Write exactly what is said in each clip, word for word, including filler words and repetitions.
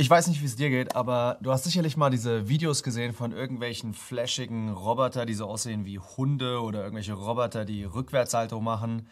Ich weiß nicht, wie es dir geht, aber du hast sicherlich mal diese Videos gesehen von irgendwelchen flashigen Roboter, die so aussehen wie Hunde oder irgendwelche Roboter, die Rückwärtssalto machen.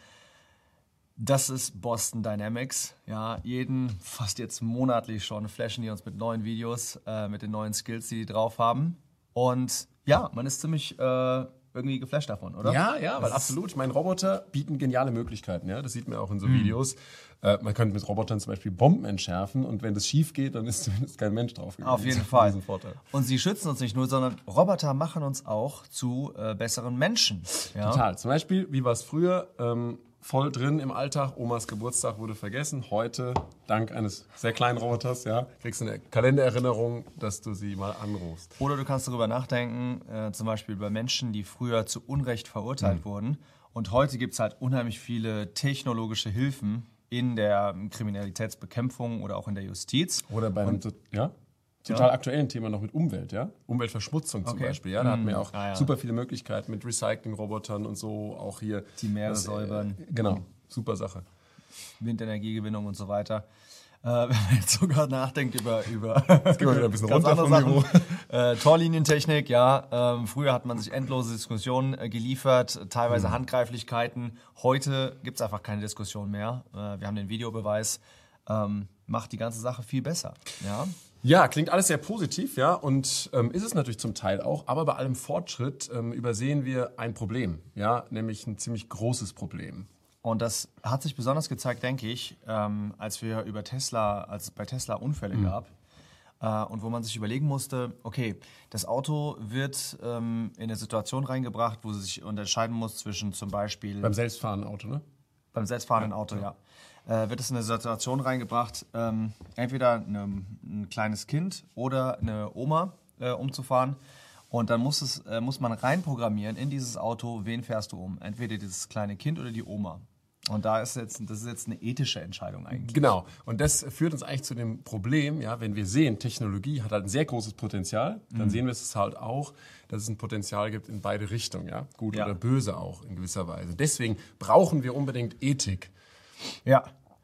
Das ist Boston Dynamics. Ja, jeden, fast jetzt monatlich schon, flashen die uns mit neuen Videos, äh, mit den neuen Skills, die die drauf haben. Und ja, man ist ziemlich äh, irgendwie geflasht davon, oder? Ja, ja, weil absolut. Ich meine, Roboter bieten geniale Möglichkeiten. Ja? Das sieht man auch in so mhm. Videos. Äh, man könnte mit Robotern zum Beispiel Bomben entschärfen und wenn das schief geht, dann ist zumindest kein Mensch draufgegangen. Auf jeden Fall. Und sie schützen uns nicht nur, sondern Roboter machen uns auch zu äh, besseren Menschen. Ja? Total. Zum Beispiel, wie war es früher? Ähm, voll drin im Alltag, Omas Geburtstag wurde vergessen. Heute, dank eines sehr kleinen Roboters, ja, kriegst du eine Kalendererinnerung, dass du sie mal anrufst. Oder du kannst darüber nachdenken, äh, zum Beispiel über Menschen, die früher zu Unrecht verurteilt mhm. wurden. Und heute gibt es halt unheimlich viele technologische Hilfen in der Kriminalitätsbekämpfung oder auch in der Justiz. Oder bei einem, ja? Total ja. aktuellen Thema noch mit Umwelt, ja? Umweltverschmutzung zum okay. Beispiel, ja? Da hatten wir auch ah, ja. super viele Möglichkeiten mit Recycling-Robotern und so, auch hier. Die Meere das, säubern. Äh, genau, super Sache. Windenergiegewinnung und so weiter. Äh, wenn man jetzt sogar nachdenkt über, über jetzt gehen wir wieder ein bisschen runter vom Niveau. Äh, Torlinientechnik, ja. Ähm, früher hat man sich endlose Diskussionen äh, geliefert, teilweise hm. Handgreiflichkeiten. Heute gibt es einfach keine Diskussion mehr. Äh, wir haben den Videobeweis. Ähm, macht die ganze Sache viel besser, ja. Ja, klingt alles sehr positiv, ja, und ähm, ist es natürlich zum Teil auch, aber bei allem Fortschritt ähm, übersehen wir ein Problem, ja, nämlich ein ziemlich großes Problem. Und das hat sich besonders gezeigt, denke ich, ähm, als wir über Tesla, als es bei Tesla Unfälle mhm. gab äh, und wo man sich überlegen musste, okay, das Auto wird ähm, in eine Situation reingebracht, wo sie sich unterscheiden muss zwischen zum Beispiel... Beim selbstfahrenden Auto, ne? Beim selbstfahrenden Auto, ja. ja. Äh, wird es in eine Situation reingebracht, ähm, entweder eine, ein kleines Kind oder eine Oma äh, umzufahren. Und dann muss, es, äh, muss man reinprogrammieren in dieses Auto, wen fährst du um? Entweder dieses kleine Kind oder die Oma. Und da ist jetzt, das ist jetzt eine ethische Entscheidung eigentlich. Genau. Und das führt uns eigentlich zu dem Problem, ja, wenn wir sehen, Technologie hat halt ein sehr großes Potenzial, dann mhm. sehen wir es halt auch, dass es ein Potenzial gibt in beide Richtungen, ja, gut ja. oder böse auch in gewisser Weise. Deswegen brauchen wir unbedingt Ethik. Ja.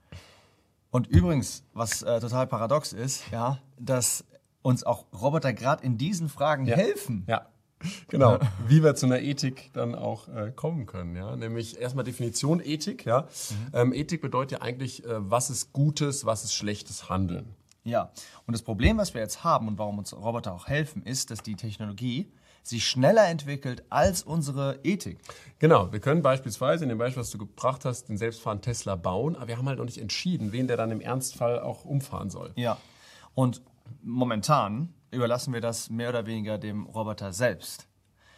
Und übrigens, was äh, total paradox ist, ja, dass uns auch Roboter gerade in diesen Fragen ja. helfen. Ja. Genau, wie wir zu einer Ethik dann auch äh, kommen können. Ja? Nämlich erstmal Definition Ethik. Ja? Mhm. Ähm, Ethik bedeutet ja eigentlich, äh, was ist gutes, was ist schlechtes Handeln. Ja, und das Problem, was wir jetzt haben und warum uns Roboter auch helfen, ist, dass die Technologie sich schneller entwickelt als unsere Ethik. Genau, wir können beispielsweise in dem Beispiel, was du gebracht hast, den selbstfahrenden Tesla bauen, aber wir haben halt noch nicht entschieden, wen der dann im Ernstfall auch umfahren soll. Ja, und momentan überlassen wir das mehr oder weniger dem Roboter selbst.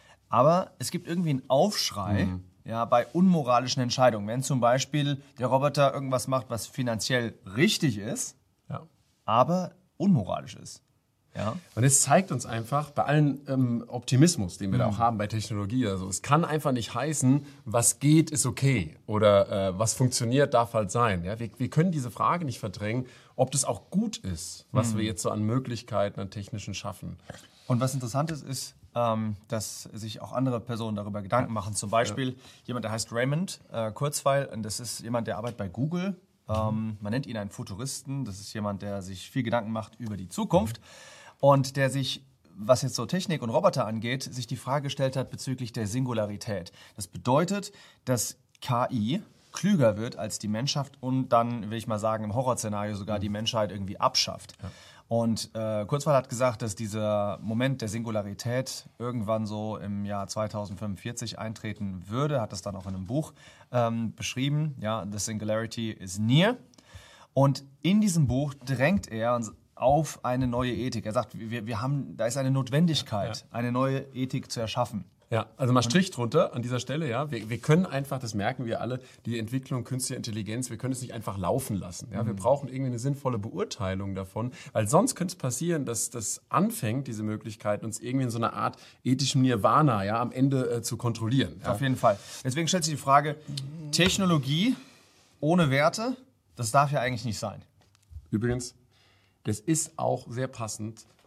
Aber es gibt irgendwie einen Aufschrei mhm. ja, bei unmoralischen Entscheidungen. Wenn zum Beispiel der Roboter irgendwas macht, was finanziell richtig ist, ja. aber unmoralisch ist. Ja. Und es zeigt uns einfach, bei allem ähm, Optimismus, den wir mhm. da auch haben bei Technologie, also es kann einfach nicht heißen, was geht, ist okay oder äh, was funktioniert, darf halt sein. Ja? Wir, wir können diese Frage nicht verdrängen, ob das auch gut ist, was mhm. wir jetzt so an Möglichkeiten, an technischen schaffen. Und was interessant ist, ist, ähm, dass sich auch andere Personen darüber Gedanken machen. Zum Beispiel ja. jemand, der heißt Raymond äh, Kurzweil, und das ist jemand, der arbeitet bei Google. Ähm, man nennt ihn einen Futuristen. Das ist jemand, der sich viel Gedanken macht über die Zukunft. Mhm. Und der sich, was jetzt so Technik und Roboter angeht, sich die Frage gestellt hat bezüglich der Singularität. Das bedeutet, dass K I klüger wird als die Menschheit und dann, will ich mal sagen, im Horrorszenario sogar die Menschheit irgendwie abschafft. Ja. Und äh, Kurzweil hat gesagt, dass dieser Moment der Singularität irgendwann so im Jahr zweitausendfünfundvierzig eintreten würde, hat das dann auch in einem Buch ähm, beschrieben. Ja, The Singularity is near. Und in diesem Buch drängt er auf eine neue Ethik. Er sagt, wir, wir haben, da ist eine Notwendigkeit, ja. eine neue Ethik zu erschaffen. Ja, also mal Strich drunter an dieser Stelle, ja. Wir, wir können einfach, das merken wir alle, die Entwicklung künstlicher Intelligenz, wir können es nicht einfach laufen lassen. Ja. Wir mhm. brauchen irgendwie eine sinnvolle Beurteilung davon, weil sonst könnte es passieren, dass das anfängt, diese Möglichkeit, uns irgendwie in so einer Art ethischem Nirvana, ja, am Ende äh, zu kontrollieren. Ja. Auf jeden Fall. Deswegen stellt sich die Frage, Technologie ohne Werte, das darf ja eigentlich nicht sein. Übrigens, das ist auch sehr passend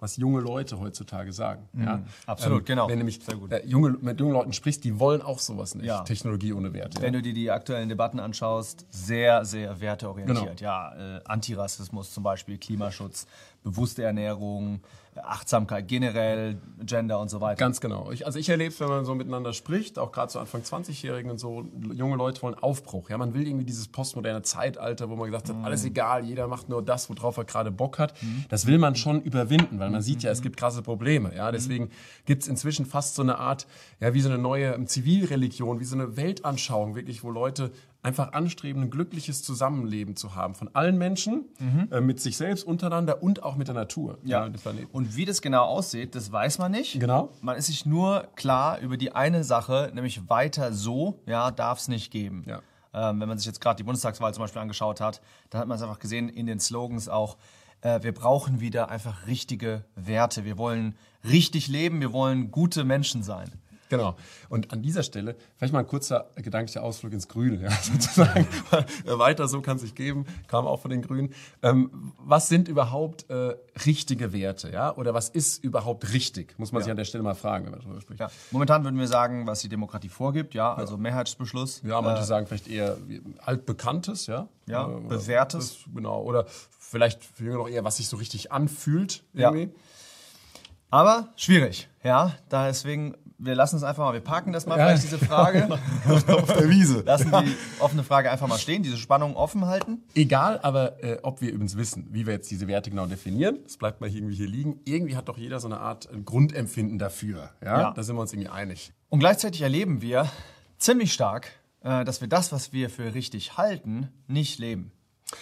was junge Leute heutzutage sagen. Mhm. Ja? Absolut, ähm, genau. Wenn nämlich äh, junge, mit jungen Leuten sprichst, die wollen auch sowas nicht. Ja. Technologie ohne Werte. Wenn Ja? du dir die aktuellen Debatten anschaust, sehr, sehr werteorientiert. Genau. Ja, äh, Antirassismus zum Beispiel, Klimaschutz, bewusste Ernährung, Achtsamkeit generell, Gender und so weiter. Ganz genau. Ich, also ich erlebe es, wenn man so miteinander spricht, auch gerade so Anfang zwanzigjährigen und so, junge Leute wollen Aufbruch. Ja, man will irgendwie dieses postmoderne Zeitalter, wo man gesagt hat, Mhm. alles egal, jeder macht nur das, worauf er gerade Bock hat. Mhm. Das will man schon überwinden, weil man mhm. sieht ja, es gibt krasse Probleme. Ja, deswegen mhm. gibt es inzwischen fast so eine Art, ja, wie so eine neue Zivilreligion, wie so eine Weltanschauung, wirklich, wo Leute einfach anstreben, ein glückliches Zusammenleben zu haben von allen Menschen, mhm. äh, mit sich selbst untereinander und auch mit der Natur. Ja. Ja, und wie das genau aussieht, das weiß man nicht. Genau. Man ist sich nur klar über die eine Sache, nämlich weiter so, ja, darf es nicht geben. Ja. Ähm, wenn man sich jetzt gerade die Bundestagswahl zum Beispiel angeschaut hat, dann hat man es einfach gesehen in den Slogans auch, äh, wir brauchen wieder einfach richtige Werte. Wir wollen richtig leben, wir wollen gute Menschen sein. Genau. Und an dieser Stelle vielleicht mal ein kurzer gedanklicher Ausflug ins Grüne, ja, sozusagen. Weiter so kann es sich geben, kam auch von den Grünen. Ähm, was sind überhaupt äh, richtige Werte, ja? Oder was ist überhaupt richtig? Muss man ja. sich an der Stelle mal fragen, wenn man darüber spricht. Ja. Momentan würden wir sagen, was die Demokratie vorgibt, ja, also ja. Mehrheitsbeschluss. Ja, manche äh, sagen vielleicht eher altbekanntes, ja. Ja, äh, bewährtes. Das, genau. Oder vielleicht für Jünger noch eher, was sich so richtig anfühlt, irgendwie. Ja. Aber schwierig, ja. Da deswegen, wir lassen es einfach mal, wir parken das mal ja. vielleicht, diese Frage. Auf der Wiese. Lassen die offene Frage einfach mal stehen, diese Spannung offen halten. Egal, aber äh, ob wir übrigens wissen, wie wir jetzt diese Werte genau definieren, das bleibt mal irgendwie hier liegen. Irgendwie hat doch jeder so eine Art ein Grundempfinden dafür. Ja? Ja. Da sind wir uns irgendwie einig. Und gleichzeitig erleben wir ziemlich stark, äh, dass wir das, was wir für richtig halten, nicht leben.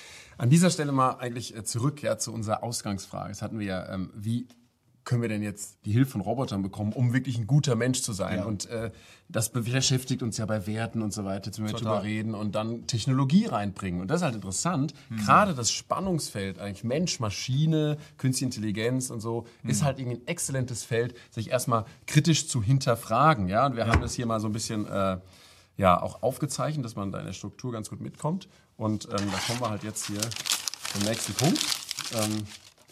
An dieser Stelle mal eigentlich äh, zurück ja, zu unserer Ausgangsfrage. Das hatten wir ja, ähm, wie können wir denn jetzt die Hilfe von Robotern bekommen, um wirklich ein guter Mensch zu sein? Ja. Und äh, das beschäftigt uns ja bei Werten und so weiter, jetzt müssen wir drüber reden und dann Technologie reinbringen. Und das ist halt interessant, mhm. gerade das Spannungsfeld eigentlich Mensch, Maschine, Künstliche Intelligenz und so, mhm. ist halt irgendwie ein exzellentes Feld, sich erstmal kritisch zu hinterfragen. Ja? Und wir ja. haben das hier mal so ein bisschen äh, ja, auch aufgezeichnet, dass man da in der Struktur ganz gut mitkommt. Und ähm, da kommen wir halt jetzt hier zum nächsten Punkt. Ähm,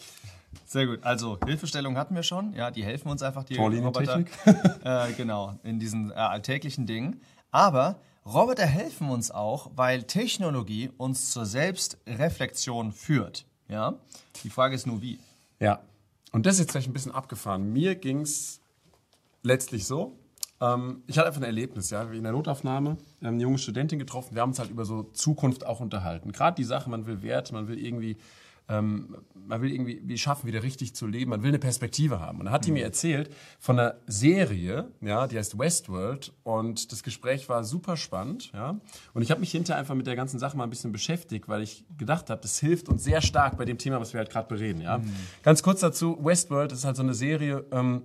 Sehr gut. Also Hilfestellung hatten wir schon. Ja, die helfen uns einfach, die Roboter. äh, genau, in diesen äh, alltäglichen Dingen. Aber Roboter helfen uns auch, weil Technologie uns zur Selbstreflexion führt. Ja? Die Frage ist nur, wie. Ja, und das ist jetzt vielleicht ein bisschen abgefahren. Mir ging es letztlich so, ähm, ich hatte einfach ein Erlebnis, ja, wie in der Notaufnahme, ähm, eine junge Studentin getroffen. Wir haben uns halt über so Zukunft auch unterhalten. Gerade die Sache, man will Werte, man will irgendwie Ähm, man will irgendwie wie schaffen, wieder richtig zu leben. Man will eine Perspektive haben. Und dann hat die mir erzählt von einer Serie, ja, die heißt Westworld. Und das Gespräch war super spannend. Ja. Und ich habe mich hinterher einfach mit der ganzen Sache mal ein bisschen beschäftigt, weil ich gedacht habe, das hilft uns sehr stark bei dem Thema, was wir halt gerade bereden. Ja. Mhm. Ganz kurz dazu, Westworld ist halt so eine Serie, ähm,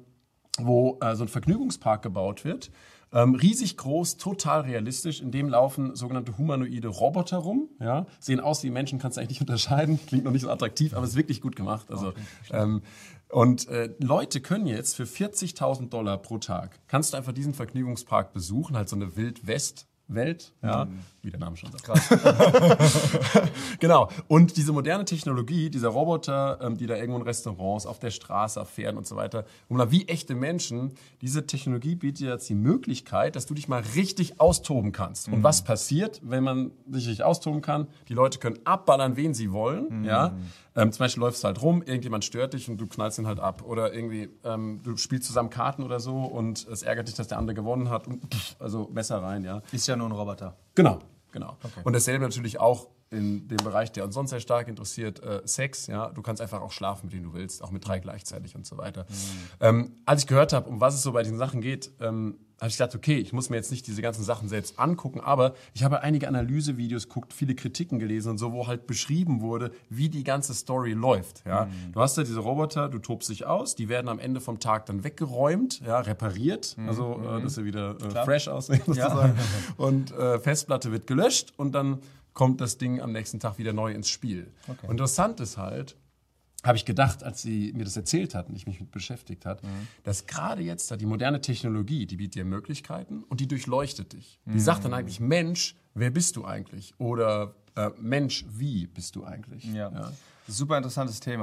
wo äh, so ein Vergnügungspark gebaut wird. Ähm, riesig groß, total realistisch. In dem laufen sogenannte humanoide Roboter rum. Ja? Sehen aus wie Menschen, kannst du eigentlich nicht unterscheiden. Klingt noch nicht so attraktiv, aber ist wirklich gut gemacht. Also, okay, ähm, und äh, Leute können jetzt für vierzigtausend Dollar pro Tag, kannst du einfach diesen Vergnügungspark besuchen, halt so eine Wild-West- Welt, ja, mhm. wie der Name schon sagt. Krass. Genau. Und diese moderne Technologie, dieser Roboter, ähm, die da irgendwo in Restaurants, auf der Straße, auf Pferden und so weiter, wo man wie echte Menschen, diese Technologie bietet jetzt die Möglichkeit, dass du dich mal richtig austoben kannst. Mhm. Und was passiert, wenn man sich richtig austoben kann? Die Leute können abballern, wen sie wollen, mhm. ja. Ähm, zum Beispiel läufst du halt rum, irgendjemand stört dich und du knallst ihn halt ab. Oder irgendwie, ähm, du spielst zusammen Karten oder so und es ärgert dich, dass der andere gewonnen hat. Und, pff, also Messer rein, ja. Ist ja nur ein Roboter. Genau, genau. Okay. Und dasselbe natürlich auch in dem Bereich, der uns sonst sehr stark interessiert, äh, Sex. Ja, du kannst einfach auch schlafen, mit wem du willst, auch mit drei gleichzeitig und so weiter. Mhm. Ähm, als ich gehört habe, um was es so bei diesen Sachen geht, ähm, habe ich gedacht, okay, ich muss mir jetzt nicht diese ganzen Sachen selbst angucken, aber ich habe einige Analysevideos geguckt, viele Kritiken gelesen und so, wo halt beschrieben wurde, wie die ganze Story läuft. Ja? Mhm. Du hast ja diese Roboter, du tobst dich aus, die werden am Ende vom Tag dann weggeräumt, ja, repariert, mhm. also äh, dass sie wieder äh, fresh aussehen sozusagen. Ja. Und äh, Festplatte wird gelöscht und dann kommt das Ding am nächsten Tag wieder neu ins Spiel. Okay. Und interessant ist halt, habe ich gedacht, als sie mir das erzählt hat und ich mich mit beschäftigt hat, mhm. dass gerade jetzt da die moderne Technologie, die bietet dir Möglichkeiten und die durchleuchtet dich. Die mhm. sagt dann eigentlich, Mensch, wer bist du eigentlich? Oder äh, Mensch, wie bist du eigentlich? Ja. Ja. Super interessantes Thema.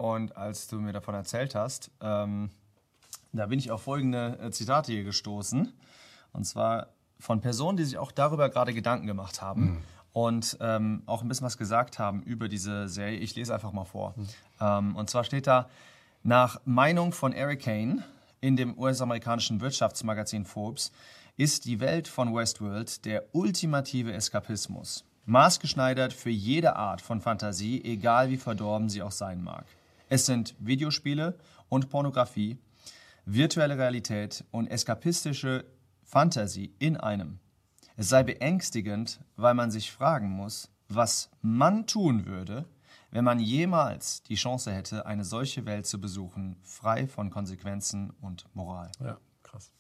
und als du mir davon erzählt hast, ähm, da bin ich auf folgende äh, Zitate hier gestoßen. Und zwar von Personen, die sich auch darüber gerade Gedanken gemacht haben mhm. und ähm, auch ein bisschen was gesagt haben über diese Serie. Ich lese einfach mal vor. Mhm. Ähm, und zwar steht da, nach Meinung von Eric Kane in dem U S-amerikanischen Wirtschaftsmagazin Forbes ist die Welt von Westworld der ultimative Eskapismus. Maßgeschneidert für jede Art von Fantasie, egal wie verdorben sie auch sein mag. Es sind Videospiele und Pornografie, virtuelle Realität und eskapistische Fantasie in einem. Es sei beängstigend, weil man sich fragen muss, was man tun würde, wenn man jemals die Chance hätte, eine solche Welt zu besuchen, frei von Konsequenzen und Moral. Ja, krass.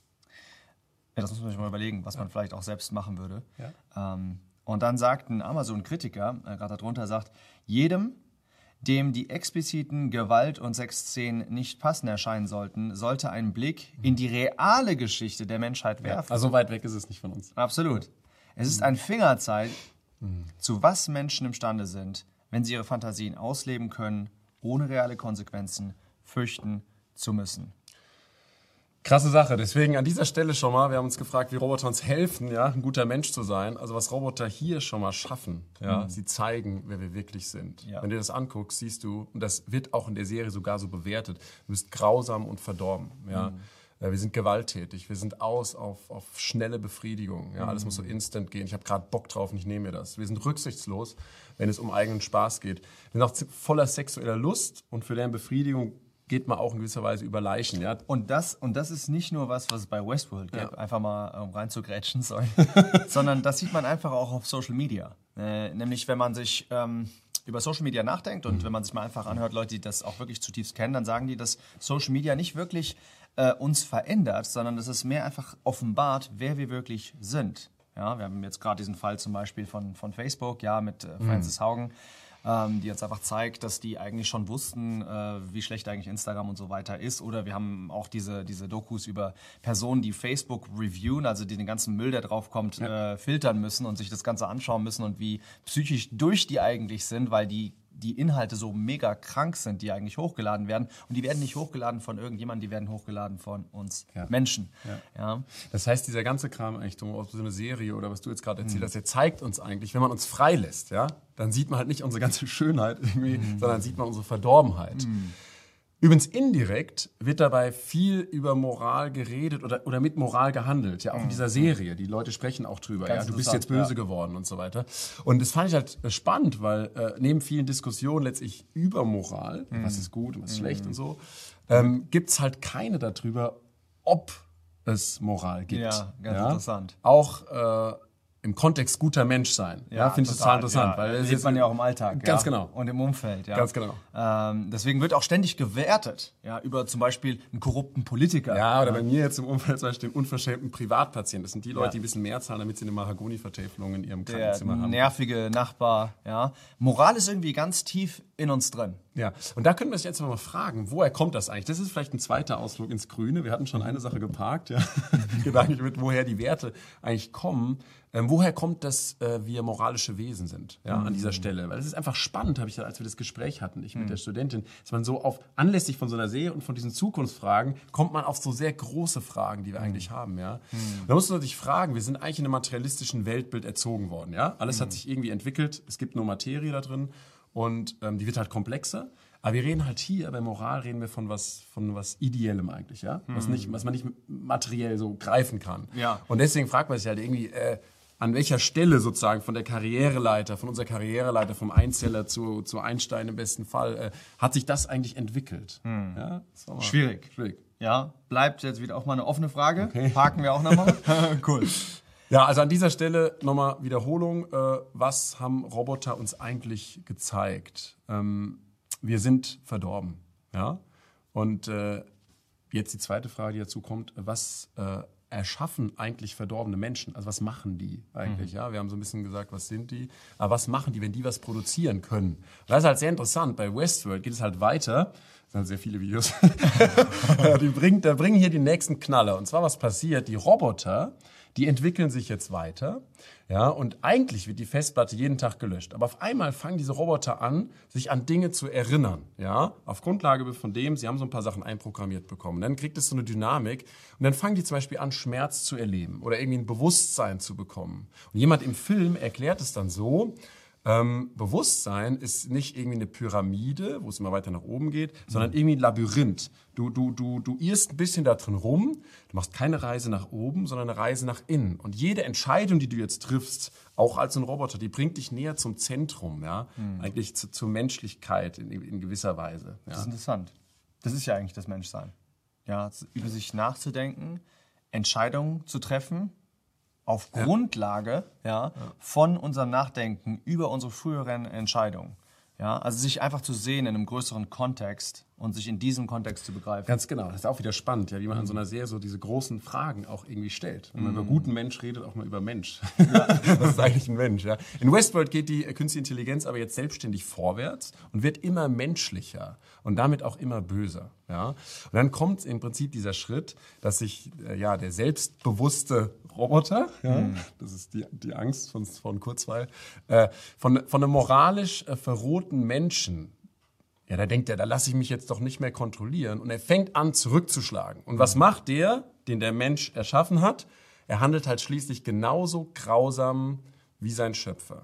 Ja, das muss man sich mal überlegen, was ja. man vielleicht auch selbst machen würde. Ja. Ähm, und dann sagt ein Amazon-Kritiker, äh, gerade darunter, sagt, jedem, dem die expliziten Gewalt- und Sexszenen nicht passend erscheinen sollten, sollte ein Blick in die reale Geschichte der Menschheit werfen. Ja, also weit weg ist es nicht von uns. Absolut. Es ist ein Fingerzeig, mhm. zu was Menschen imstande sind, wenn sie ihre Fantasien ausleben können, ohne reale Konsequenzen fürchten zu müssen. Krasse Sache. Deswegen an dieser Stelle schon mal, wir haben uns gefragt, wie Roboter uns helfen, ja, ein guter Mensch zu sein. Also was Roboter hier schon mal schaffen, ja, mhm. sie zeigen, wer wir wirklich sind. Ja. Wenn du das anguckst, siehst du, und das wird auch in der Serie sogar so bewertet, du bist grausam und verdorben, ja. Mhm. Wir sind gewalttätig, wir sind aus auf, auf schnelle Befriedigung. Ja, alles muss so instant gehen. Ich habe gerade Bock drauf und ich nehme mir das. Wir sind rücksichtslos, wenn es um eigenen Spaß geht. Wir sind auch voller sexueller Lust und für deren Befriedigung geht man auch in gewisser Weise über Leichen. Ja? Und, das, und das ist nicht nur was, was es bei Westworld gibt, ja. einfach mal um reinzugrätschen, sorry, sondern das sieht man einfach auch auf Social Media. Äh, nämlich, wenn man sich ähm, über Social Media nachdenkt und mhm. wenn man sich mal einfach anhört, Leute, die das auch wirklich zutiefst kennen, dann sagen die, dass Social Media nicht wirklich äh, uns verändert, sondern dass es mehr einfach offenbart, wer wir wirklich sind. Ja, wir haben jetzt gerade diesen Fall zum Beispiel von, von Facebook, ja, mit äh, Frances mhm. Haugen, ähm, die jetzt einfach zeigt, dass die eigentlich schon wussten, äh, wie schlecht eigentlich Instagram und so weiter ist. Oder wir haben auch diese, diese Dokus über Personen, die Facebook reviewen, also die den ganzen Müll, der drauf kommt, ja. äh, filtern müssen und sich das Ganze anschauen müssen und wie psychisch durch die eigentlich sind, weil die die Inhalte so mega krank sind, die eigentlich hochgeladen werden. Und die werden nicht hochgeladen von irgendjemandem, die werden hochgeladen von uns ja. Menschen. Ja. Ja. Das heißt, dieser ganze Kram eigentlich, ob so eine Serie oder was du jetzt gerade erzählt mhm. hast, der zeigt uns eigentlich, wenn man uns freilässt, ja, dann sieht man halt nicht unsere ganze Schönheit irgendwie, mhm. sondern sieht man unsere Verdorbenheit. Mhm. Übrigens indirekt wird dabei viel über Moral geredet oder, oder mit Moral gehandelt, ja, auch in dieser Serie. Die Leute sprechen auch drüber, ja, du bist jetzt böse ja. geworden und so weiter. Und das fand ich halt spannend, weil äh, neben vielen Diskussionen letztlich über Moral, mhm. was ist gut und was ist mhm. schlecht und so, ähm, gibt's halt keine darüber, ob es Moral gibt. Ja, ganz ja? interessant. Auch äh, im Kontext guter Mensch sein. Ja, ja finde ich total interessant. Ja, weil das sieht man ja auch im Alltag. Ganz ja, genau. Und im Umfeld. Ja. Ganz genau. Ähm, deswegen wird auch ständig gewertet, ja, über zum Beispiel einen korrupten Politiker. Ja, oder ja. bei mir jetzt im Umfeld zum Beispiel den unverschämten Privatpatienten. Das sind die Leute, ja. die ein bisschen mehr zahlen, damit sie eine Mahagoni-Vertäfelung in ihrem Krankenzimmer Der haben. nervige Nachbar. Ja. Moral ist irgendwie ganz tief in uns drin. Ja, und da können wir uns jetzt mal fragen, woher kommt das eigentlich? Das ist vielleicht ein zweiter Ausflug ins Grüne. Wir hatten schon eine Sache geparkt, ja. Gedanklich mit, woher die Werte eigentlich kommen. Ähm, woher kommt, dass äh, wir moralische Wesen sind, ja, mhm. an dieser Stelle? Weil es ist einfach spannend, habe ich ja, als wir das Gespräch hatten, ich mit mhm. der Studentin, dass man so auf, anlässlich von so einer Serie und von diesen Zukunftsfragen, kommt man auf so sehr große Fragen, die wir mhm. eigentlich haben, ja. Mhm. Da musst du dich fragen, wir sind eigentlich in einem materialistischen Weltbild erzogen worden, ja. Alles mhm. hat sich irgendwie entwickelt, es gibt nur Materie da drin. Und ähm, die wird halt komplexer. Aber wir reden halt hier, bei Moral reden wir von was, von was Ideellem eigentlich, ja? Was, nicht, was man nicht materiell so greifen kann. Ja. Und deswegen fragt man sich halt irgendwie, äh, an welcher Stelle sozusagen von der Karriereleiter, von unserer Karriereleiter, vom Einzeller zu, zu Einstein im besten Fall, äh, hat sich das eigentlich entwickelt? Hm. Ja? Mal Schwierig. Schwierig. Ja, bleibt jetzt wieder auch mal eine offene Frage. Okay. Parken wir auch nochmal. Cool. Ja, also an dieser Stelle nochmal Wiederholung. Äh, was haben Roboter uns eigentlich gezeigt? Ähm, wir sind verdorben. Ja? Und äh, jetzt die zweite Frage, die dazu kommt. Was äh, erschaffen eigentlich verdorbene Menschen? Also was machen die eigentlich? Mhm. Ja, wir haben so ein bisschen gesagt, was sind die? Aber was machen die, wenn die was produzieren können? Und das ist halt sehr interessant. Bei Westworld geht es halt weiter. Das sind halt sehr viele Videos. die bringt, da bringen hier die nächsten Knaller. Und zwar, was passiert? Die Roboter, Die entwickeln sich jetzt weiter, ja, und eigentlich wird die Festplatte jeden Tag gelöscht. Aber auf einmal fangen diese Roboter an, sich an Dinge zu erinnern, ja, auf Grundlage von dem, sie haben so ein paar Sachen einprogrammiert bekommen. Dann kriegt es so eine Dynamik und dann fangen die zum Beispiel an, Schmerz zu erleben oder irgendwie ein Bewusstsein zu bekommen. Und jemand im Film erklärt es dann so: Ähm, Bewusstsein ist nicht irgendwie eine Pyramide, wo es immer weiter nach oben geht, sondern irgendwie ein Labyrinth. Du, du, du, du irrst ein bisschen da drin rum, du machst keine Reise nach oben, sondern eine Reise nach innen. Und jede Entscheidung, die du jetzt triffst, auch als ein Roboter, die bringt dich näher zum Zentrum, ja, mhm. eigentlich zu, zur Menschlichkeit in, in gewisser Weise. Ja. Das ist interessant. Das ist ja eigentlich das Menschsein. Ja, über sich nachzudenken, Entscheidungen zu treffen, auf ja. Grundlage ja, ja. von unserem Nachdenken über unsere früheren Entscheidungen. Ja, also sich einfach zu sehen in einem größeren Kontext und sich in diesem Kontext zu begreifen. Ganz genau, das ist auch wieder spannend, ja, wie man mhm. in so einer Serie so diese großen Fragen auch irgendwie stellt. Wenn man mhm. über guten Mensch redet, auch mal über Mensch. Ja. Was ist eigentlich ein Mensch? Ja? In Westworld geht die künstliche Intelligenz aber jetzt selbstständig vorwärts und wird immer menschlicher und damit auch immer böser. Ja? Und dann kommt im Prinzip dieser Schritt, dass sich äh, ja, der selbstbewusste Roboter, ja, mhm. das ist die, die Angst von, von Kurzweil, äh, von, von einem moralisch äh, verrohten Menschen, ja, da denkt er, da lasse ich mich jetzt doch nicht mehr kontrollieren. Und er fängt an, zurückzuschlagen. Und was macht der, den der Mensch erschaffen hat? Er handelt halt schließlich genauso grausam wie sein Schöpfer.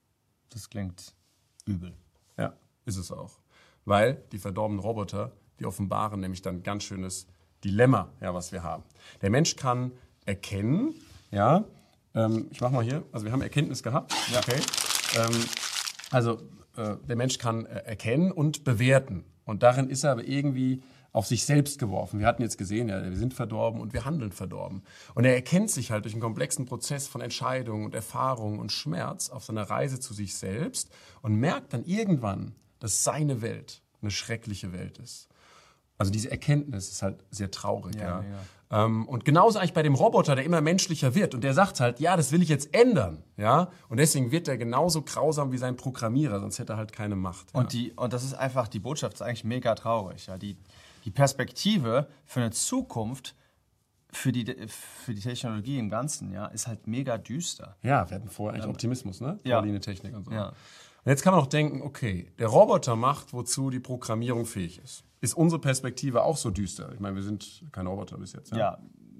Das klingt übel. Ja, ist es auch. Weil die verdorbenen Roboter, die offenbaren nämlich dann ein ganz schönes Dilemma, ja, was wir haben. Der Mensch kann erkennen, ja, ähm, ich mach mal hier, also wir haben Erkenntnis gehabt, ja. Okay, ähm, also äh, der Mensch kann äh, erkennen und bewerten und darin ist er aber irgendwie auf sich selbst geworfen. Wir hatten jetzt gesehen, ja, wir sind verdorben und wir handeln verdorben. Und er erkennt sich halt durch einen komplexen Prozess von Entscheidungen und Erfahrungen und Schmerz auf seiner Reise zu sich selbst und merkt dann irgendwann, dass seine Welt eine schreckliche Welt ist. Also diese Erkenntnis ist halt sehr traurig. Ja, ja. Ähm, und genauso eigentlich bei dem Roboter, der immer menschlicher wird. Und der sagt halt, ja, das will ich jetzt ändern. Ja? Und deswegen wird er genauso grausam wie sein Programmierer, sonst hätte er halt keine Macht. Ja. Und, die, und das ist einfach, die Botschaft ist eigentlich mega traurig. Ja? Die, die Perspektive für eine Zukunft, für die, für die Technologie im Ganzen, ja, ist halt mega düster. Ja, wir hatten vorher eigentlich ja. Optimismus, ne? Ja. Pauline Technik und so. Ja. Und jetzt kann man auch denken, okay, der Roboter macht, wozu die Programmierung fähig ist. Ist unsere Perspektive auch so düster? Ich meine, wir sind keine Roboter bis jetzt. Ja, ja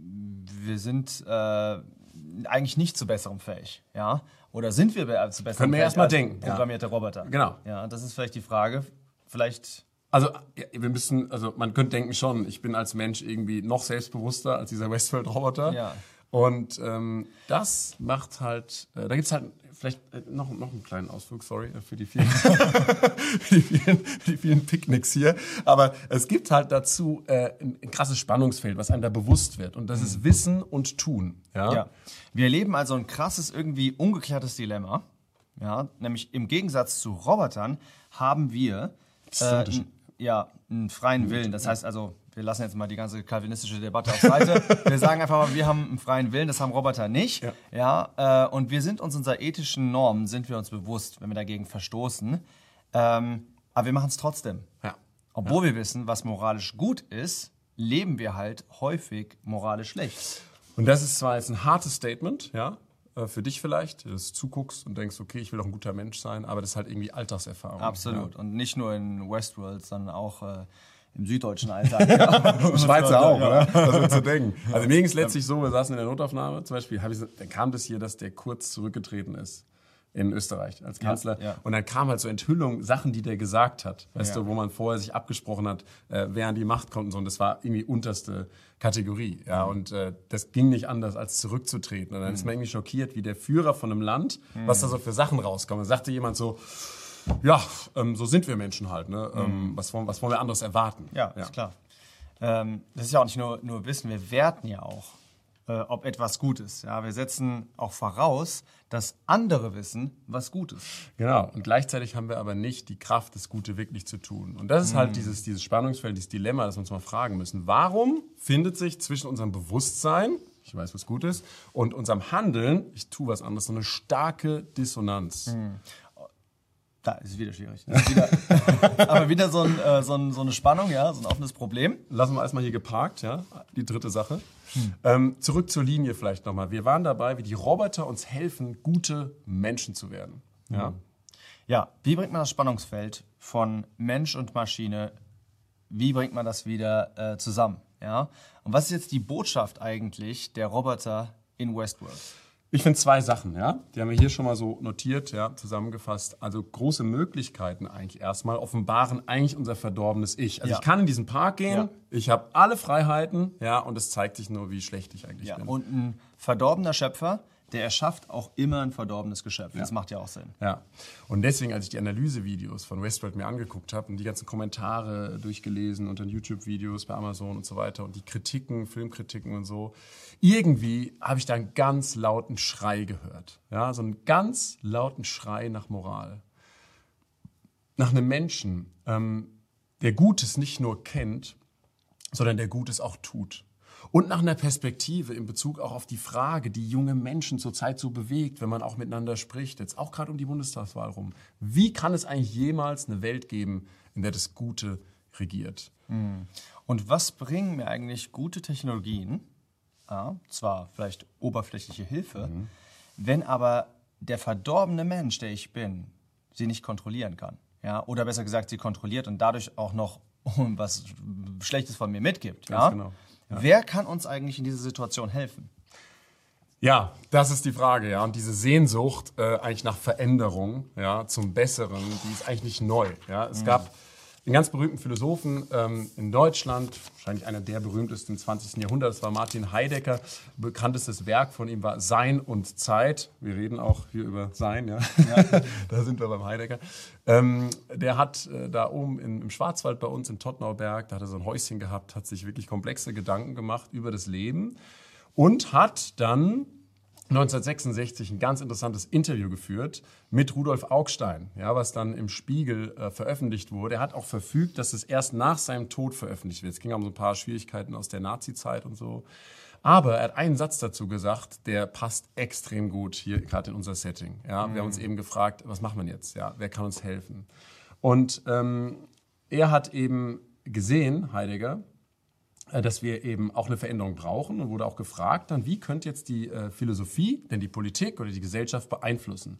wir sind äh, eigentlich nicht zu Besserem fähig. Ja? Oder sind wir zu Besserem Können wir fähig erst mal als denken. programmierte Ja. Roboter? Genau. Ja, das ist vielleicht die Frage. Vielleicht... Also ja, wir müssen, also man könnte denken schon, ich bin als Mensch irgendwie noch selbstbewusster als dieser Westworld-Roboter. Ja. Und ähm, das macht halt, äh, da gibt's halt vielleicht äh, noch, noch einen kleinen Ausflug, sorry, äh, für die vielen, für die vielen, für die vielen Picknicks hier. Aber es gibt halt dazu äh, ein, ein krasses Spannungsfeld, was einem da bewusst wird. Und das mhm. ist Wissen und Tun. Ja? Ja. Wir erleben also ein krasses, irgendwie ungeklärtes Dilemma. Ja? Nämlich im Gegensatz zu Robotern haben wir äh, n, ja, einen freien Willen. Das heißt also, wir lassen jetzt mal die ganze kalvinistische Debatte auf Seite. Wir sagen einfach mal, wir haben einen freien Willen, das haben Roboter nicht. Ja. Ja, äh, und wir sind uns unserer ethischen Normen, sind wir uns bewusst, wenn wir dagegen verstoßen. Ähm, aber wir machen es trotzdem. Ja. Obwohl ja. wir wissen, was moralisch gut ist, leben wir halt häufig moralisch schlecht. Und das ist zwar jetzt ein hartes Statement, ja, für dich vielleicht, dass du zuguckst und denkst, okay, ich will doch ein guter Mensch sein, aber das ist halt irgendwie Alltagserfahrung. Absolut. Ja. Und nicht nur in Westworld, sondern auch äh, im süddeutschen Alltag. Ja. Schweizer auch, ja. Oder? Das wird zu denken. Also mir ging es letztlich so, wir saßen in der Notaufnahme, zum Beispiel, hab ich, dann kam das hier, dass der Kurz zurückgetreten ist in Österreich als Kanzler. Ja, ja. Und dann kam halt so Enthüllung, Sachen, die der gesagt hat, weißt ja. du, wo man vorher sich abgesprochen hat, äh, wer an die Macht kommt und so. Und das war irgendwie unterste Kategorie. Ja, mhm. Und äh, das ging nicht anders, als zurückzutreten. Und dann mhm. ist man irgendwie schockiert, wie der Führer von einem Land, mhm. was da so für Sachen rauskommen. Da sagte jemand so, ja, ähm, so sind wir Menschen halt. Ne? Mhm. Ähm, was, wollen, was wollen wir anderes erwarten? Ja, ja. Ist klar. Ähm, das ist ja auch nicht nur, nur Wissen, wir werten ja auch, äh, ob etwas gut ist. Ja? Wir setzen auch voraus, dass andere wissen, was gut ist. Genau. Und gleichzeitig haben wir aber nicht die Kraft, das Gute wirklich zu tun. Und das ist halt mhm. dieses, dieses Spannungsfeld, dieses Dilemma, das wir uns mal fragen müssen. Warum findet sich zwischen unserem Bewusstsein, ich weiß, was gut ist, und unserem Handeln, ich tue was anderes, so eine starke Dissonanz? Mhm. Da ist es wieder schwierig. Ist wieder, aber wieder so, ein, äh, so, ein, so eine Spannung, ja, so ein offenes Problem. Lassen wir erstmal hier geparkt, ja. die dritte Sache. Hm. Ähm, zurück zur Linie vielleicht nochmal. Wir waren dabei, wie die Roboter uns helfen, gute Menschen zu werden. Ja, mhm. ja. Wie bringt man das Spannungsfeld von Mensch und Maschine, wie bringt man das wieder äh, zusammen? Ja? Und was ist jetzt die Botschaft eigentlich der Roboter in Westworld? Ich finde zwei Sachen, ja. Die haben wir hier schon mal so notiert, ja, zusammengefasst. Also große Möglichkeiten eigentlich erstmal offenbaren eigentlich unser verdorbenes Ich. Also ja. ich kann in diesen Park gehen, ja. ich habe alle Freiheiten, ja, und es zeigt sich nur, wie schlecht ich eigentlich ja. bin. Und ein verdorbener Schöpfer, der erschafft auch immer ein verdorbenes Geschöpf. Ja. Das macht ja auch Sinn. Ja. Und deswegen, als ich die Analysevideos von Westworld mir angeguckt habe und die ganzen Kommentare durchgelesen und dann YouTube-Videos bei Amazon und so weiter und die Kritiken, Filmkritiken und so, irgendwie habe ich da einen ganz lauten Schrei gehört. Ja, so einen ganz lauten Schrei nach Moral. Nach einem Menschen, ähm, der Gutes nicht nur kennt, sondern der Gutes auch tut. Und nach einer Perspektive in Bezug auch auf die Frage, die junge Menschen zurzeit so bewegt, wenn man auch miteinander spricht, jetzt auch gerade um die Bundestagswahl rum. Wie kann es eigentlich jemals eine Welt geben, in der das Gute regiert? Und was bringen mir eigentlich gute Technologien? Ja, zwar vielleicht oberflächliche Hilfe, mhm. wenn aber der verdorbene Mensch, der ich bin, sie nicht kontrollieren kann. Ja? Oder besser gesagt, sie kontrolliert und dadurch auch noch was Schlechtes von mir mitgibt. Ganz ja? genau. Ja. Wer kann uns eigentlich in dieser Situation helfen? Ja, das ist die Frage, ja. Und diese Sehnsucht äh, eigentlich nach Veränderung, ja, zum Besseren, die ist eigentlich nicht neu. Ja. Es mhm. gab einen ganz berühmten Philosophen ähm, in Deutschland, wahrscheinlich einer der berühmtesten im zwanzigsten Jahrhundert, das war Martin Heidegger. Bekanntestes Werk von ihm war Sein und Zeit. Wir reden auch hier über Sein, ja. ja. Da sind wir beim Heidegger. Ähm, der hat äh, da oben in, im Schwarzwald bei uns, im Tottnauberg, da hat er so ein Häuschen gehabt, hat sich wirklich komplexe Gedanken gemacht über das Leben und hat dann neunzehnhundertsechsundsechzig ein ganz interessantes Interview geführt mit Rudolf Augstein, ja, was dann im Spiegel äh, veröffentlicht wurde. Er hat auch verfügt, dass es erst nach seinem Tod veröffentlicht wird. Es ging um so ein paar Schwierigkeiten aus der Nazi-Zeit und so. Aber er hat einen Satz dazu gesagt, der passt extrem gut hier gerade in unser Setting. Ja, mhm. Wir haben uns eben gefragt, was macht man jetzt? Ja, wer kann uns helfen? Und ähm, er hat eben gesehen, Heidegger, dass wir eben auch eine Veränderung brauchen und wurde auch gefragt, dann, wie könnte jetzt die äh, Philosophie denn die Politik oder die Gesellschaft beeinflussen?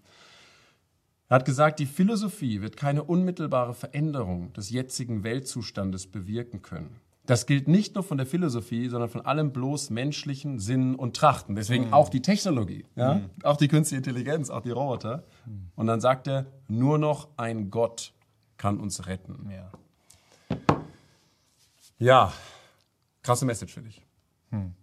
Er hat gesagt, die Philosophie wird keine unmittelbare Veränderung des jetzigen Weltzustandes bewirken können. Das gilt nicht nur von der Philosophie, sondern von allem bloß menschlichen Sinnen und Trachten. Deswegen mhm. auch die Technologie, ja? mhm. auch die künstliche Intelligenz, auch die Roboter. Mhm. Und dann sagt er, nur noch ein Gott kann uns retten. Ja. Ja. Krasse Message für dich. Hm.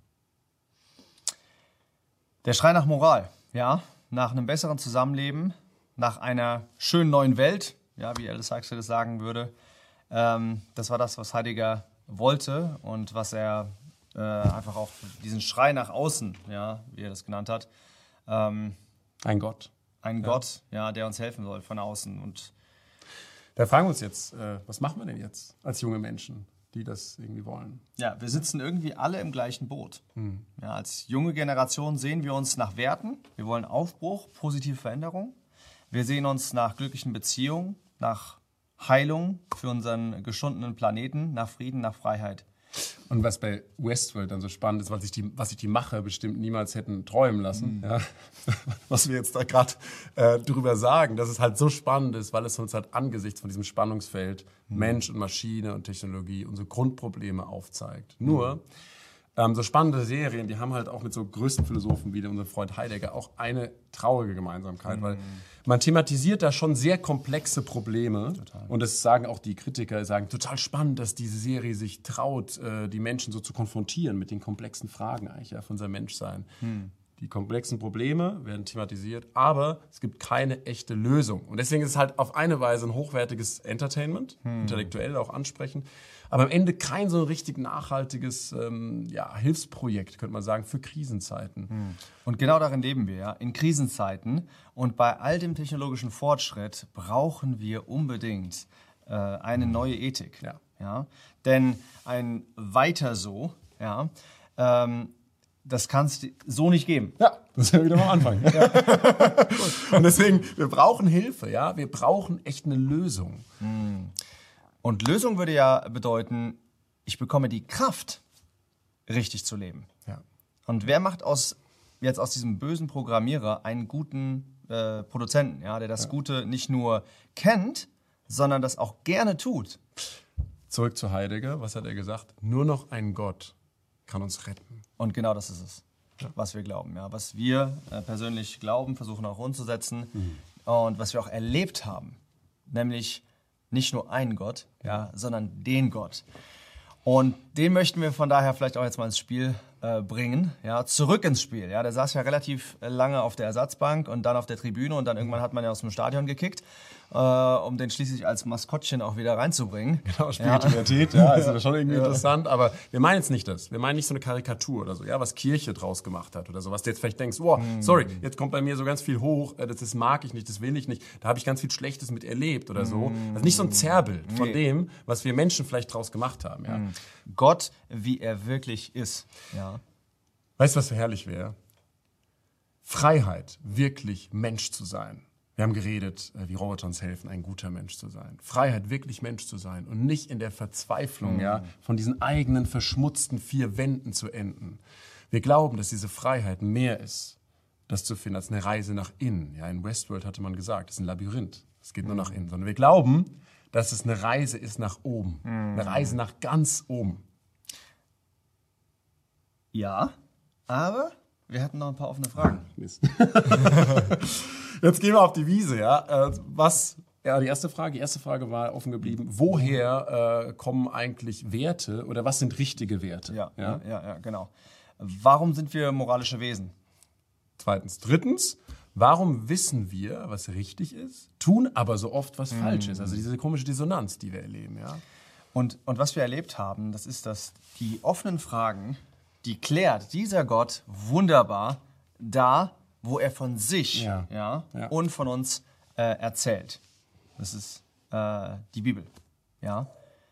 Der Schrei nach Moral, ja, nach einem besseren Zusammenleben, nach einer schönen neuen Welt, ja, wie Aldous Huxley das sagen würde. Ähm, das war das, was Heidegger wollte und was er äh, einfach auch diesen Schrei nach außen, ja, wie er das genannt hat. Ähm, ein Gott. Ein ja. Gott, ja, der uns helfen soll von außen. Und da fragen wir uns jetzt, äh, was machen wir denn jetzt als junge Menschen, die das irgendwie wollen? Ja, wir sitzen irgendwie alle im gleichen Boot. Hm. Ja, als junge Generation sehen wir uns nach Werten. Wir wollen Aufbruch, positive Veränderung. Wir sehen uns nach glücklichen Beziehungen, nach Heilung für unseren geschundenen Planeten, nach Frieden, nach Freiheit. Und was bei Westworld dann so spannend ist, was sich die, was sich die Macher bestimmt niemals hätten träumen lassen, mhm. ja, was wir jetzt da gerade äh, drüber sagen, dass es halt so spannend ist, weil es uns halt angesichts von diesem Spannungsfeld mhm. Mensch und Maschine und Technologie unsere Grundprobleme aufzeigt. Mhm. Nur, ähm, so spannende Serien, die haben halt auch mit so größten Philosophen wie unser Freund Heidegger auch eine traurige Gemeinsamkeit, mhm. weil man thematisiert da schon sehr komplexe Probleme. Total. Und das sagen auch die Kritiker, sagen, total spannend, dass diese Serie sich traut, die Menschen so zu konfrontieren mit den komplexen Fragen eigentlich ja, von unserem Menschsein. Hm. Die komplexen Probleme werden thematisiert, aber es gibt keine echte Lösung. Und deswegen ist es halt auf eine Weise ein hochwertiges Entertainment, hm. intellektuell auch ansprechend, aber am Ende kein so richtig nachhaltiges ähm, ja, Hilfsprojekt, könnte man sagen, für Krisenzeiten. Hm. Und genau darin leben wir, ja, in Krisenzeiten. Und bei all dem technologischen Fortschritt brauchen wir unbedingt äh, eine neue Ethik. Ja. Ja? Denn ein Weiter so, ja, ähm, das kann es so nicht geben. Ja, das ist ja wieder mal am Anfang. Ja. Und deswegen, wir brauchen Hilfe, ja, wir brauchen echt eine Lösung. Und Lösung würde ja bedeuten, ich bekomme die Kraft, richtig zu leben. Ja. Und wer macht aus, jetzt aus diesem bösen Programmierer einen guten äh, Produzenten, ja, der das ja. Gute nicht nur kennt, sondern das auch gerne tut? Zurück zu Heidegger, was hat er gesagt? Nur noch ein Gott kann uns retten. Und genau das ist es, ja. was wir glauben. Ja. Was wir äh, persönlich glauben, versuchen auch umzusetzen mhm. und was wir auch erlebt haben. Nämlich nicht nur einen Gott, ja, sondern den Gott. Und den möchten wir von daher vielleicht auch jetzt mal ins Spiel äh, bringen, ja, zurück ins Spiel. Ja, der saß ja relativ lange auf der Ersatzbank und dann auf der Tribüne und dann irgendwann hat man ja aus dem Stadion gekickt, äh, um den schließlich als Maskottchen auch wieder reinzubringen. Genau, Spiritualität, ja, ja ist ja schon irgendwie ja. interessant, aber wir meinen jetzt nicht das. Wir meinen nicht so eine Karikatur oder so, ja, was Kirche draus gemacht hat oder so, was du jetzt vielleicht denkst, oh, sorry, jetzt kommt bei mir so ganz viel hoch, das, das mag ich nicht, das will ich nicht, da habe ich ganz viel Schlechtes mit erlebt oder so. Also nicht so ein Zerrbild von nee. dem, was wir Menschen vielleicht draus gemacht haben, ja. Gott, wie er wirklich ist. Ja. Weißt du, was so herrlich wäre? Freiheit, wirklich Mensch zu sein. Wir haben geredet, wie Roboter uns helfen, ein guter Mensch zu sein. Freiheit, wirklich Mensch zu sein und nicht in der Verzweiflung, mhm. ja, von diesen eigenen verschmutzten vier Wänden zu enden. Wir glauben, dass diese Freiheit mehr ist, das zu finden, als eine Reise nach innen. Ja, in Westworld hatte man gesagt, das ist ein Labyrinth. Es geht nur nach innen. Sondern wir glauben, dass es eine Reise ist nach oben. Mhm. Eine Reise nach ganz oben. Ja, aber wir hatten noch ein paar offene Fragen. Mist. Jetzt gehen wir auf die Wiese, ja. Was, ja, die erste Frage, die erste Frage war offen geblieben. Woher äh, kommen eigentlich Werte oder was sind richtige Werte? Ja, ja, ja, ja, genau. Warum sind wir moralische Wesen? Zweitens. Drittens, warum wissen wir, was richtig ist, tun aber so oft, was mhm. falsch ist? Also diese komische Dissonanz, die wir erleben, ja. Und, und was wir erlebt haben, das ist, dass die offenen Fragen, die klärt dieser Gott wunderbar da, wo er von sich ja. Ja, ja. und von uns äh, erzählt. Das ist äh, die Bibel. Ja?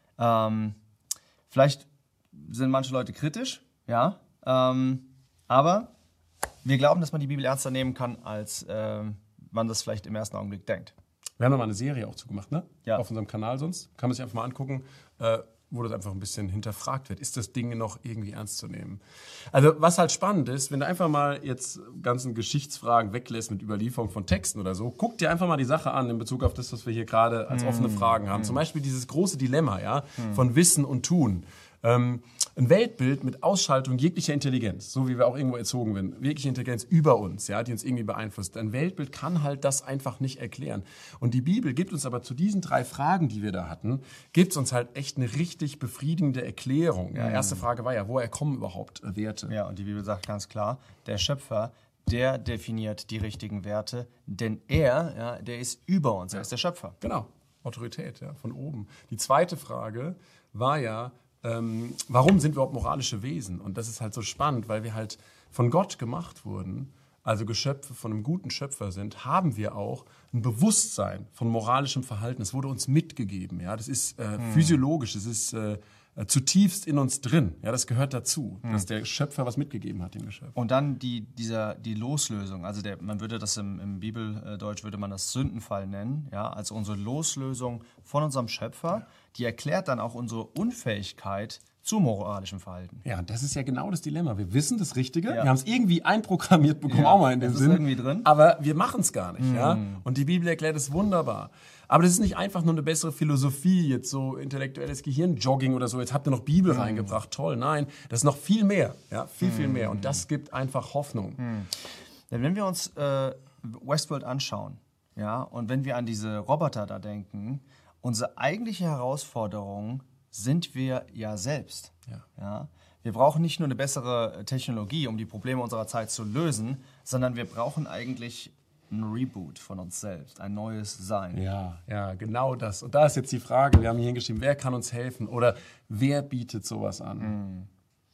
Ähm, vielleicht sind manche Leute kritisch, ja? ähm, aber wir glauben, dass man die Bibel ernster nehmen kann, als äh, man das vielleicht im ersten Augenblick denkt. Wir haben noch mal eine Serie auch zugemacht, ne? Ja. Auf unserem Kanal sonst. Kann man sich einfach mal angucken, äh, wo das einfach ein bisschen hinterfragt wird. Ist das Ding noch irgendwie ernst zu nehmen? Also was halt spannend ist, wenn du einfach mal jetzt ganzen Geschichtsfragen weglässt mit Überlieferung von Texten oder so, guck dir einfach mal die Sache an in Bezug auf das, was wir hier gerade als offene Fragen haben. Mm. Zum Beispiel dieses große Dilemma, ja, mm. von Wissen und Tun. Ähm, ein Weltbild mit Ausschaltung jeglicher Intelligenz, so wie wir auch irgendwo erzogen werden, jegliche Intelligenz über uns, ja, die uns irgendwie beeinflusst. Ein Weltbild kann halt das einfach nicht erklären. Und die Bibel gibt uns aber zu diesen drei Fragen, die wir da hatten, gibt es uns halt echt eine richtig befriedigende Erklärung. Ja, erste Frage war ja, woher kommen überhaupt Werte? Ja, und die Bibel sagt ganz klar, der Schöpfer, der definiert die richtigen Werte, denn er, ja, der ist über uns, er ja. ist der Schöpfer. Genau, Autorität, ja, von oben. Die zweite Frage war ja, Ähm, warum sind wir überhaupt moralische Wesen? Und das ist halt so spannend, weil wir halt von Gott gemacht wurden, also Geschöpfe von einem guten Schöpfer sind, haben wir auch ein Bewusstsein von moralischem Verhalten. Es wurde uns mitgegeben. Ja? Das ist äh, hm. physiologisch, das ist äh, zutiefst in uns drin. Ja, das gehört dazu, hm. dass der Schöpfer was mitgegeben hat dem Geschöpf. Und dann die, dieser, die Loslösung, also der, man würde das im, im Bibeldeutsch würde man das Sündenfall nennen, ja, also unsere Loslösung von unserem Schöpfer, ja. die erklärt dann auch unsere Unfähigkeit zu moralischem Verhalten. Ja, und das ist ja genau das Dilemma. Wir wissen das Richtige, ja. wir haben es irgendwie einprogrammiert bekommen, ja, auch mal in dem das Sinn, ist irgendwie drin. Aber wir machen es gar nicht. Mm. Ja? Und die Bibel erklärt es wunderbar. Aber das ist nicht einfach nur eine bessere Philosophie, jetzt so intellektuelles Gehirnjogging oder so, jetzt habt ihr noch Bibel mm. reingebracht, toll. Nein, das ist noch viel mehr, ja, viel, mm. viel mehr. Und das gibt einfach Hoffnung. Mm. Denn wenn wir uns äh, Westworld anschauen, ja, und wenn wir an diese Roboter da denken, unsere eigentliche Herausforderung sind wir ja selbst. Ja. Ja? Wir brauchen nicht nur eine bessere Technologie, um die Probleme unserer Zeit zu lösen, sondern wir brauchen eigentlich ein Reboot von uns selbst, ein neues Sein. Ja, ja, genau das. Und da ist jetzt die Frage, wir haben hier hingeschrieben, wer kann uns helfen oder wer bietet sowas an?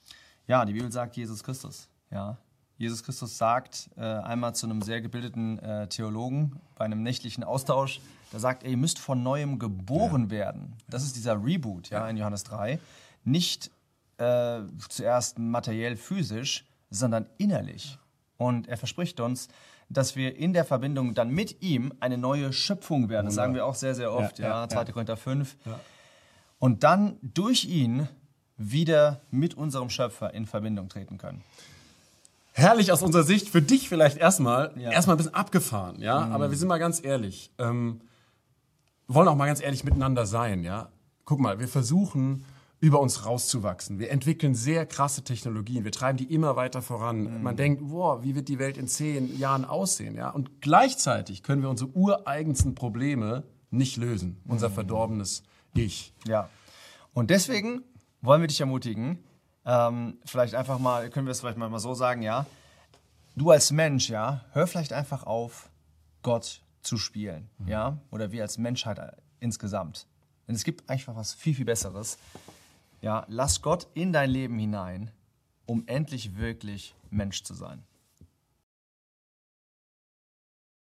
Ja, die Bibel sagt Jesus Christus. Ja. Jesus Christus sagt äh, einmal zu einem sehr gebildeten äh, Theologen bei einem nächtlichen Austausch, da sagt er, ihr müsst von Neuem geboren ja. werden. Das ist dieser Reboot, ja, in Johannes drei. Nicht äh, zuerst materiell physisch, sondern innerlich. Und er verspricht uns, dass wir in der Verbindung dann mit ihm eine neue Schöpfung werden. Das sagen wir auch sehr, sehr oft, ja, ja, ja. zweiter Korinther fünf. Ja. Und dann durch ihn wieder mit unserem Schöpfer in Verbindung treten können. Herrlich aus unserer Sicht, für dich vielleicht erstmal, Ja. erstmal ein bisschen abgefahren, ja. Mhm. Aber wir sind mal ganz ehrlich, ähm, wollen auch mal ganz ehrlich miteinander sein, ja. Guck mal, wir versuchen, über uns rauszuwachsen. Wir entwickeln sehr krasse Technologien, wir treiben die immer weiter voran. Mhm. Man denkt, wow, wie wird die Welt in zehn Jahren aussehen, ja. Und gleichzeitig können wir unsere ureigensten Probleme nicht lösen, mhm. unser verdorbenes Ich. Ja. Und deswegen wollen wir dich ermutigen, ähm, vielleicht einfach mal, können wir es vielleicht mal so sagen, ja, du als Mensch, ja, hör vielleicht einfach auf, Gott zu spielen, mhm. ja, oder wir als Menschheit insgesamt. Denn es gibt einfach was viel, viel Besseres. Ja, lass Gott in dein Leben hinein, um endlich wirklich Mensch zu sein.